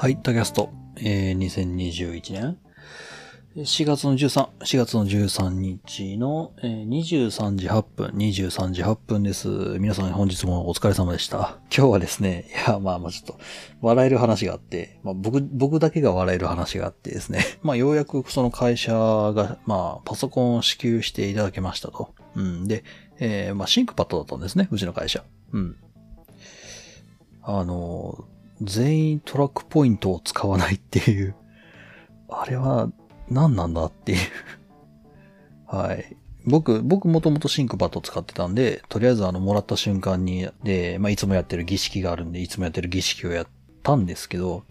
はい、タキャスト、2021年4月の13日の、23時8分、23時8分です。皆さん本日もお疲れ様でした。今日はですね、ちょっと笑える話があって、僕だけが笑える話があってですね、ようやくその会社が、パソコンを支給していただけましたと。で、シンクパッドだったんですね、うちの会社。全員トラックポイントを使わないっていう、あれは何なんだっていうはい。僕もともとシンクパッド使ってたんで、とりあえずもらった瞬間に、で、いつもやってる儀式があるんで、いつもやってる儀式をやったんですけど、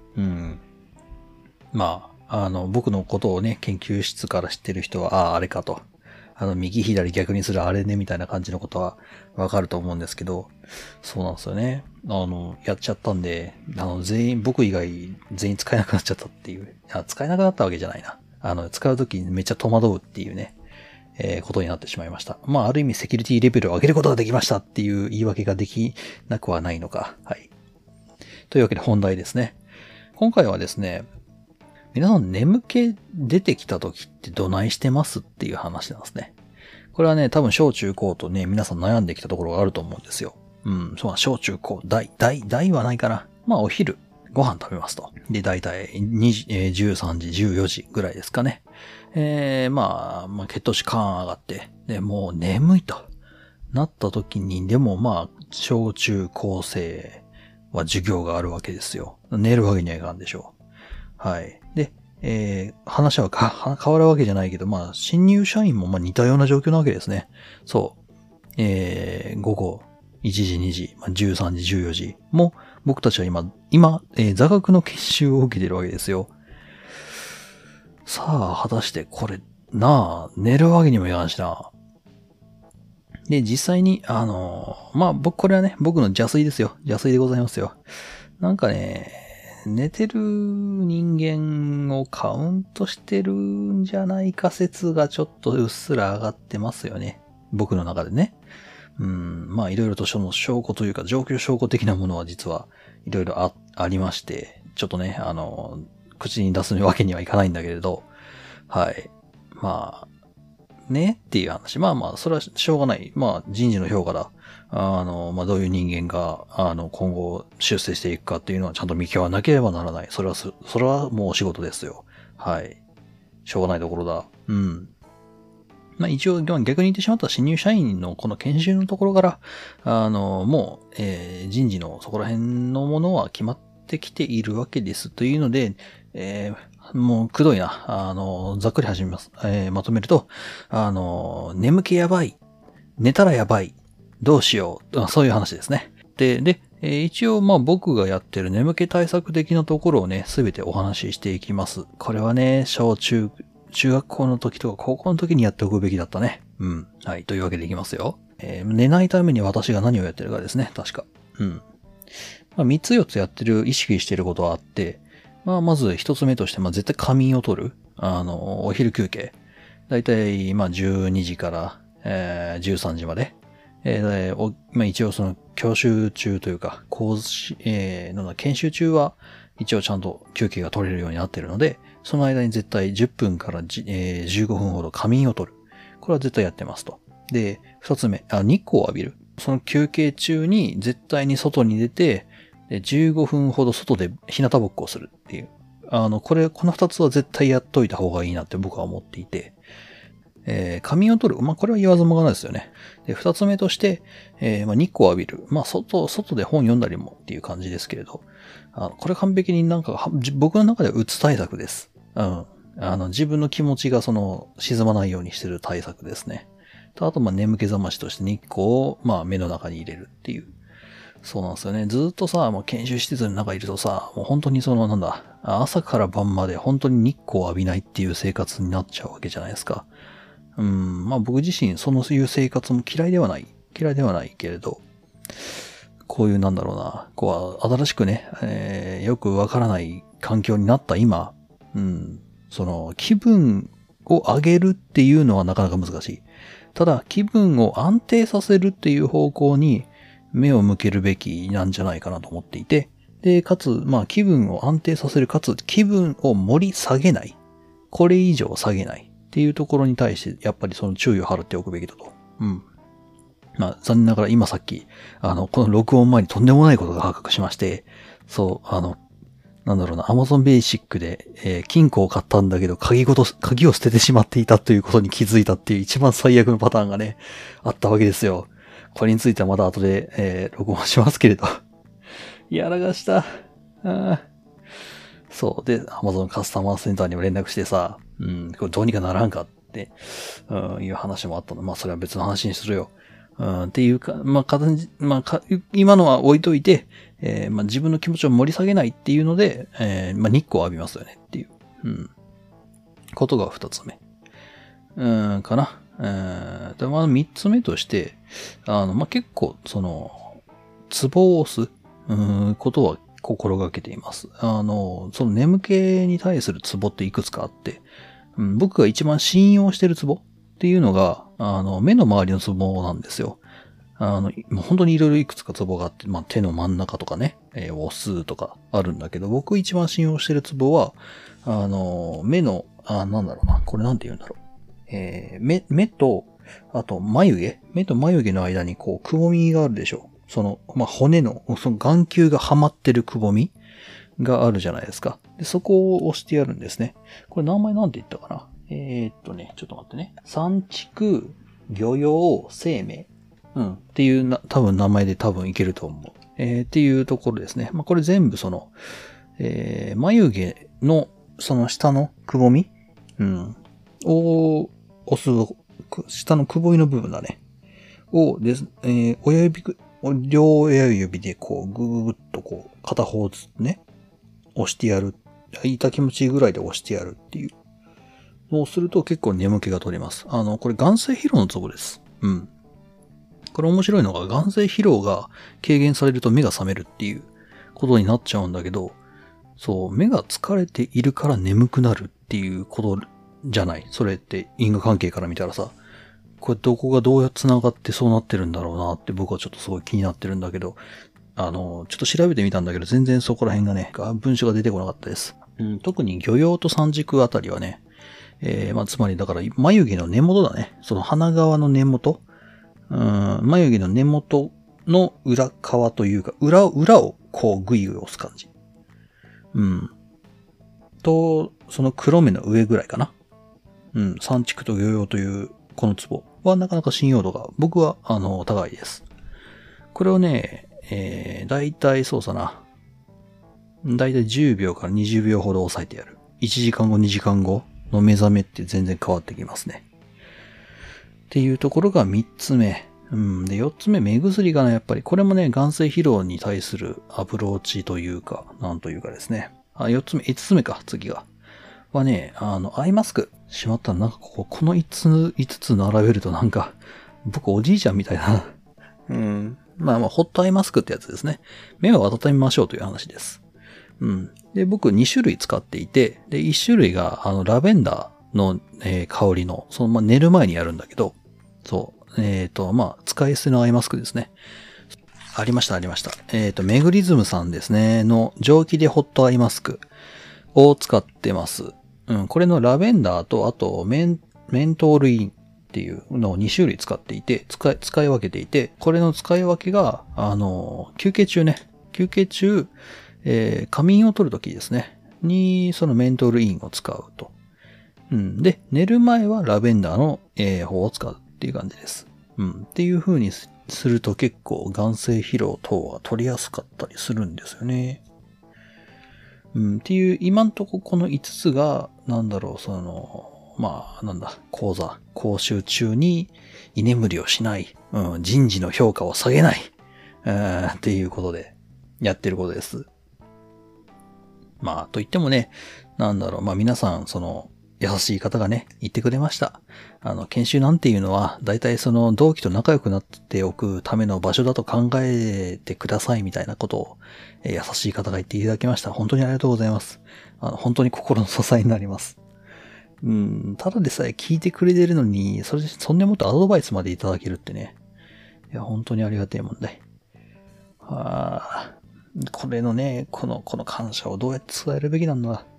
僕のことをね、研究室から知ってる人は、あれかと。右左逆にするあれね、みたいな感じのことはわかると思うんですけど、そうなんですよね。やっちゃったんで、僕以外全員使えなくなっちゃったっていう。使えなくなったわけじゃないな。使うときにめっちゃ戸惑うっていうね、ことになってしまいました。ある意味セキュリティレベルを上げることができましたっていう言い訳ができなくはないのか。はい。というわけで本題ですね。今回はですね、皆さん眠気出てきた時ってどないしてますっていう話なんですね。これはね、多分小中高とね、皆さん悩んできたところがあると思うんですよ。そう、小中高、大はないかな。お昼、ご飯食べますと。で、だいたい13時、14時ぐらいですかね。血糖値カーン上がって、で、もう眠いとなった時に、でも小中高生は授業があるわけですよ。寝るわけにはいかんでしょう。はい。で、話は変わるわけじゃないけど、新入社員も似たような状況なわけですね。そう。午後1時、2時、13時、14時も、僕たちは今、座学の研修を受けてるわけですよ。さあ、果たしてこれ、寝るわけにもいかんしな。で、実際に、これはね、僕の邪推ですよ。邪推でございますよ。なんかね、寝てる人間をカウントしてるんじゃないか説がちょっとうっすら上がってますよね。僕の中でね。いろいろとその証拠というか状況証拠的なものは実はいろいろありまして、ちょっとね、口に出すわけにはいかないんだけれど、はい。ねっていう話。それはしょうがない。人事の評価だ。どういう人間が、今後出世していくかっていうのはちゃんと見極めなければならない。それはもうお仕事ですよ。はい。しょうがないところだ。一応、逆に言ってしまったら新入社員のこの研修のところから、もう、人事のそこら辺のものは決まってきているわけですというので、もうくどいな。ざっくり始めます。まとめると、眠気やばい。寝たらやばい。どうしよう。そういう話ですね。で、一応僕がやってる眠気対策的なところをね、すべてお話ししていきます。これはね、中学校の時とか高校の時にやっておくべきだったね。はい。というわけでいきますよ。寝ないために私が何をやってるかですね。確か。3つ4つやってる、意識してることはあって、まず1つ目として、絶対仮眠を取る。お昼休憩。だいたい、12時から、13時まで。一応その、教習中というか、研修中は、一応ちゃんと休憩が取れるようになっているので、その間に絶対10分から15分ほど仮眠を取る。これは絶対やってますと。で、2つ目、日光を浴びる。その休憩中に絶対に外に出て、15分ほど外で日向ぼっこをするっていう。この2つは絶対やっといた方がいいなって僕は思っていて、仮眠を取る。これは言わずもがないですよね。で、2つ目として、日光を浴びる。外で本読んだりもっていう感じですけれど、これ完璧に僕の中ではうつ対策です。自分の気持ちが沈まないようにしてる対策ですね。あと、眠気覚ましとして日光を、目の中に入れるっていう。そうなんですよね。ずっとさ、研修施設の中にいるとさ、もう本当に朝から晩まで本当に日光を浴びないっていう生活になっちゃうわけじゃないですか。僕自身、そういう生活も嫌いではないけれど、こういう新しくね、よくわからない環境になった今、気分を上げるっていうのはなかなか難しい。ただ、気分を安定させるっていう方向に目を向けるべきなんじゃないかなと思っていて、 で、かつ、まあ気分を安定させる、かつ気分を盛り下げない。これ以上下げないっていうところに対して、やっぱりその注意を払っておくべきだと。うん。まあ残念ながら今さっき、この録音前にとんでもないことが発覚しまして、そう、なんだろうな、Amazon Basic で、金庫を買ったんだけど、鍵を捨ててしまっていたということに気づいたっていう一番最悪のパターンがね、あったわけですよ。これについてはまた後で、録音しますけれど。やらかした。そう。で、Amazon カスタマーセンターにも連絡してさ、これどうにかならんかって、いう話もあったの。まあ、それは別の話にするよ。っていうか、まあ、今のは置いといて、まあ、自分の気持ちを盛り下げないっていうので、まあ、日光を浴びますよねっていう、ことが二つ目。かな。で、まあ、三つ目として、まあ、結構、ツボを押す、ことは心がけています。その眠気に対するツボっていくつかあって、僕が一番信用してるツボっていうのが、目の周りのツボなんですよ。本当にいろいろいくつかツボがあって、まあ、手の真ん中とかね、押すとかあるんだけど、僕一番信用してるツボは、目の、なんだろうな、これなんて言うんだろう。目と、あと目と眉毛の間にこう、くぼみがあるでしょ。まあ、骨の、その眼球がはまってるくぼみがあるじゃないですか。で、そこを押してやるんですね。これ名前なんて言ったかな。ちょっと待ってね。三畜魚用生命。っていう多分名前で多分いけると思う。っていうところですね。まあ、これ全部眉毛のその下のくぼみを押す、下のくぼみの部分だね。両親指でこう、ぐーっとこう、片方ずつね、押してやる。痛気持ちいいぐらいで押してやるっていうのをすると結構眠気が取れます。これ眼性疲労のツボです。これ面白いのが眼性疲労が軽減されると目が覚めるっていうことになっちゃうんだけど、そう、目が疲れているから眠くなるっていうことじゃない。それって因果関係から見たらさ、これどこがどうやって繋がってそうなってるんだろうなって僕はちょっとすごい気になってるんだけど、ちょっと調べてみたんだけど全然そこら辺がね、文章が出てこなかったです。特に魚用と三軸あたりはね、まあ、つまりだから眉毛の根元だね。その鼻側の根元、眉毛の根元の裏側というか、裏をこうグイグイ押す感じ。と、その黒目の上ぐらいかな。三畜と魚用というこのツボはなかなか信用度が僕は高いです。これをね、だいたいそうさな。だいたい10秒から20秒ほど押さえてやる。1時間後、2時間後の目覚めって全然変わってきますね。っていうところが3つ目。で、4つ目、目薬がね、やっぱり、これもね、眼性疲労に対するアプローチというか、なんというかですね。4つ目、5つ目か、次が。はね、アイマスク。しまったらなんかこの5つ並べるとなんか、僕おじいちゃんみたいな。まあ、ホットアイマスクってやつですね。目を温めましょうという話です。で、僕2種類使っていて、で、1種類が、ラベンダーの、香りの、寝る前にやるんだけど、そう。まあ、使い捨てのアイマスクですね。ありました。メグリズムさんですね、の蒸気でホットアイマスクを使ってます。これのラベンダーと、あとメントールインっていうのを2種類使っていて、使い分けていて、これの使い分けが、休憩中、仮眠を取るときですね、に、そのメントールインを使うと。で、寝る前はラベンダーの、方を使うっていう感じです。っていう風にすると結構眼性疲労等は取りやすかったりするんですよね。っていう、今んとここの5つが、講習中に居眠りをしない、人事の評価を下げない、っていうことでやってることです。まあ、と言ってもね、皆さん、優しい方がね、言ってくれました。研修なんていうのは、だいたい同期と仲良くなっておくための場所だと考えてくださいみたいなことを、優しい方が言っていただきました。本当にありがとうございます。本当に心の支えになります。ただでさえ聞いてくれてるのに、そんでもっとアドバイスまでいただけるってね。いや、本当にありがたい問題。 これのね、この感謝をどうやって伝えるべきなんだ。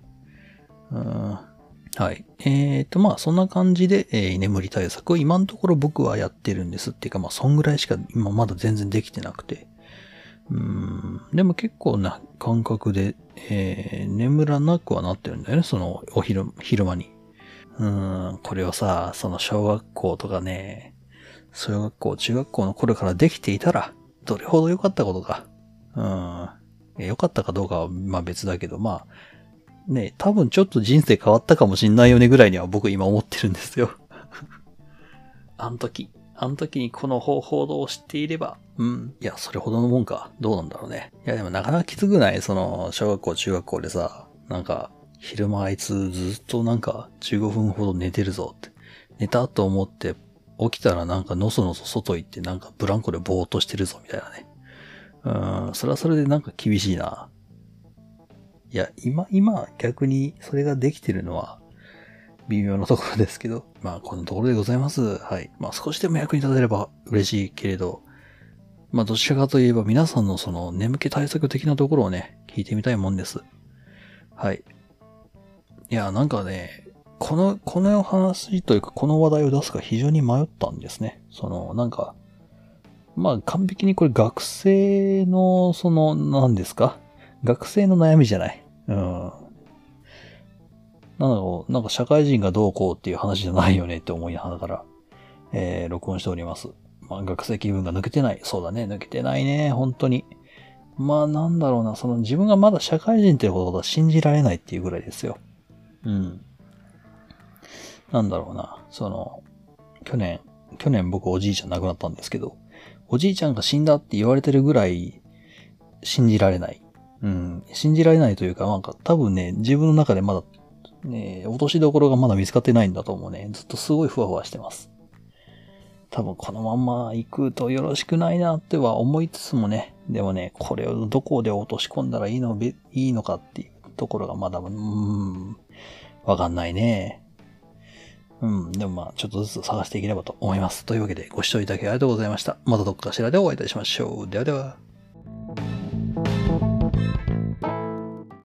はい。まあ、そんな感じで、居眠り対策を今のところ僕はやってるんですっていうか、まあ、そんぐらいしか今まだ全然できてなくて。でも結構な感覚で、眠らなくはなってるんだよね、その昼間に。これをさ、その小学校とかね、小学校、中学校の頃からできていたら、どれほど良かったことか。良かったかどうかは、まあ別だけど、まあ、ね、多分ちょっと人生変わったかもしんないよねぐらいには僕今思ってるんですよ。あの時にこの方法を知っていれば、いや、それほどのもんか。どうなんだろうね。いや、でもなかなかきつくない？その、小学校、中学校でさ、なんか、昼間あいつずっとなんか15分ほど寝てるぞって。寝たと思って起きたらなんかのそのそ外行ってなんかブランコでぼーっとしてるぞみたいなね。それはそれでなんか厳しいな。いや、今逆にそれができてるのは微妙なところですけど、まあこのところでございます。はい。まあ少しでも役に立てれば嬉しいけれど、まあどちらかといえば皆さんのその眠気対策的なところをね、聞いてみたいもんです。はい。いや、なんかね、この話というかこの話題を出すか非常に迷ったんですね。なんか、まあ完璧にこれ学生の、何ですか？学生の悩みじゃない。なんか社会人がどうこうっていう話じゃないよねって思いながら、録音しております。まあ学生気分が抜けてない。そうだね、抜けてないね、本当に。まあなんだろうな、自分がまだ社会人っていうことが信じられないっていうぐらいですよ。なんだろうな、去年僕おじいちゃん亡くなったんですけど、おじいちゃんが死んだって言われてるぐらい信じられない。信じられないというか、なんか多分ね、自分の中でまだね、落としどころがまだ見つかってないんだと思うね。ずっとすごいふわふわしてます。多分このまんま行くとよろしくないなっては思いつつもね、でもね、これをどこで落とし込んだらいいのかっていうところがまだ、わかんないね。でもまあ、ちょっとずつ探していければと思います。というわけで、ご視聴いただきありがとうございました。またどっかしらでお会いいたしましょう。ではでは。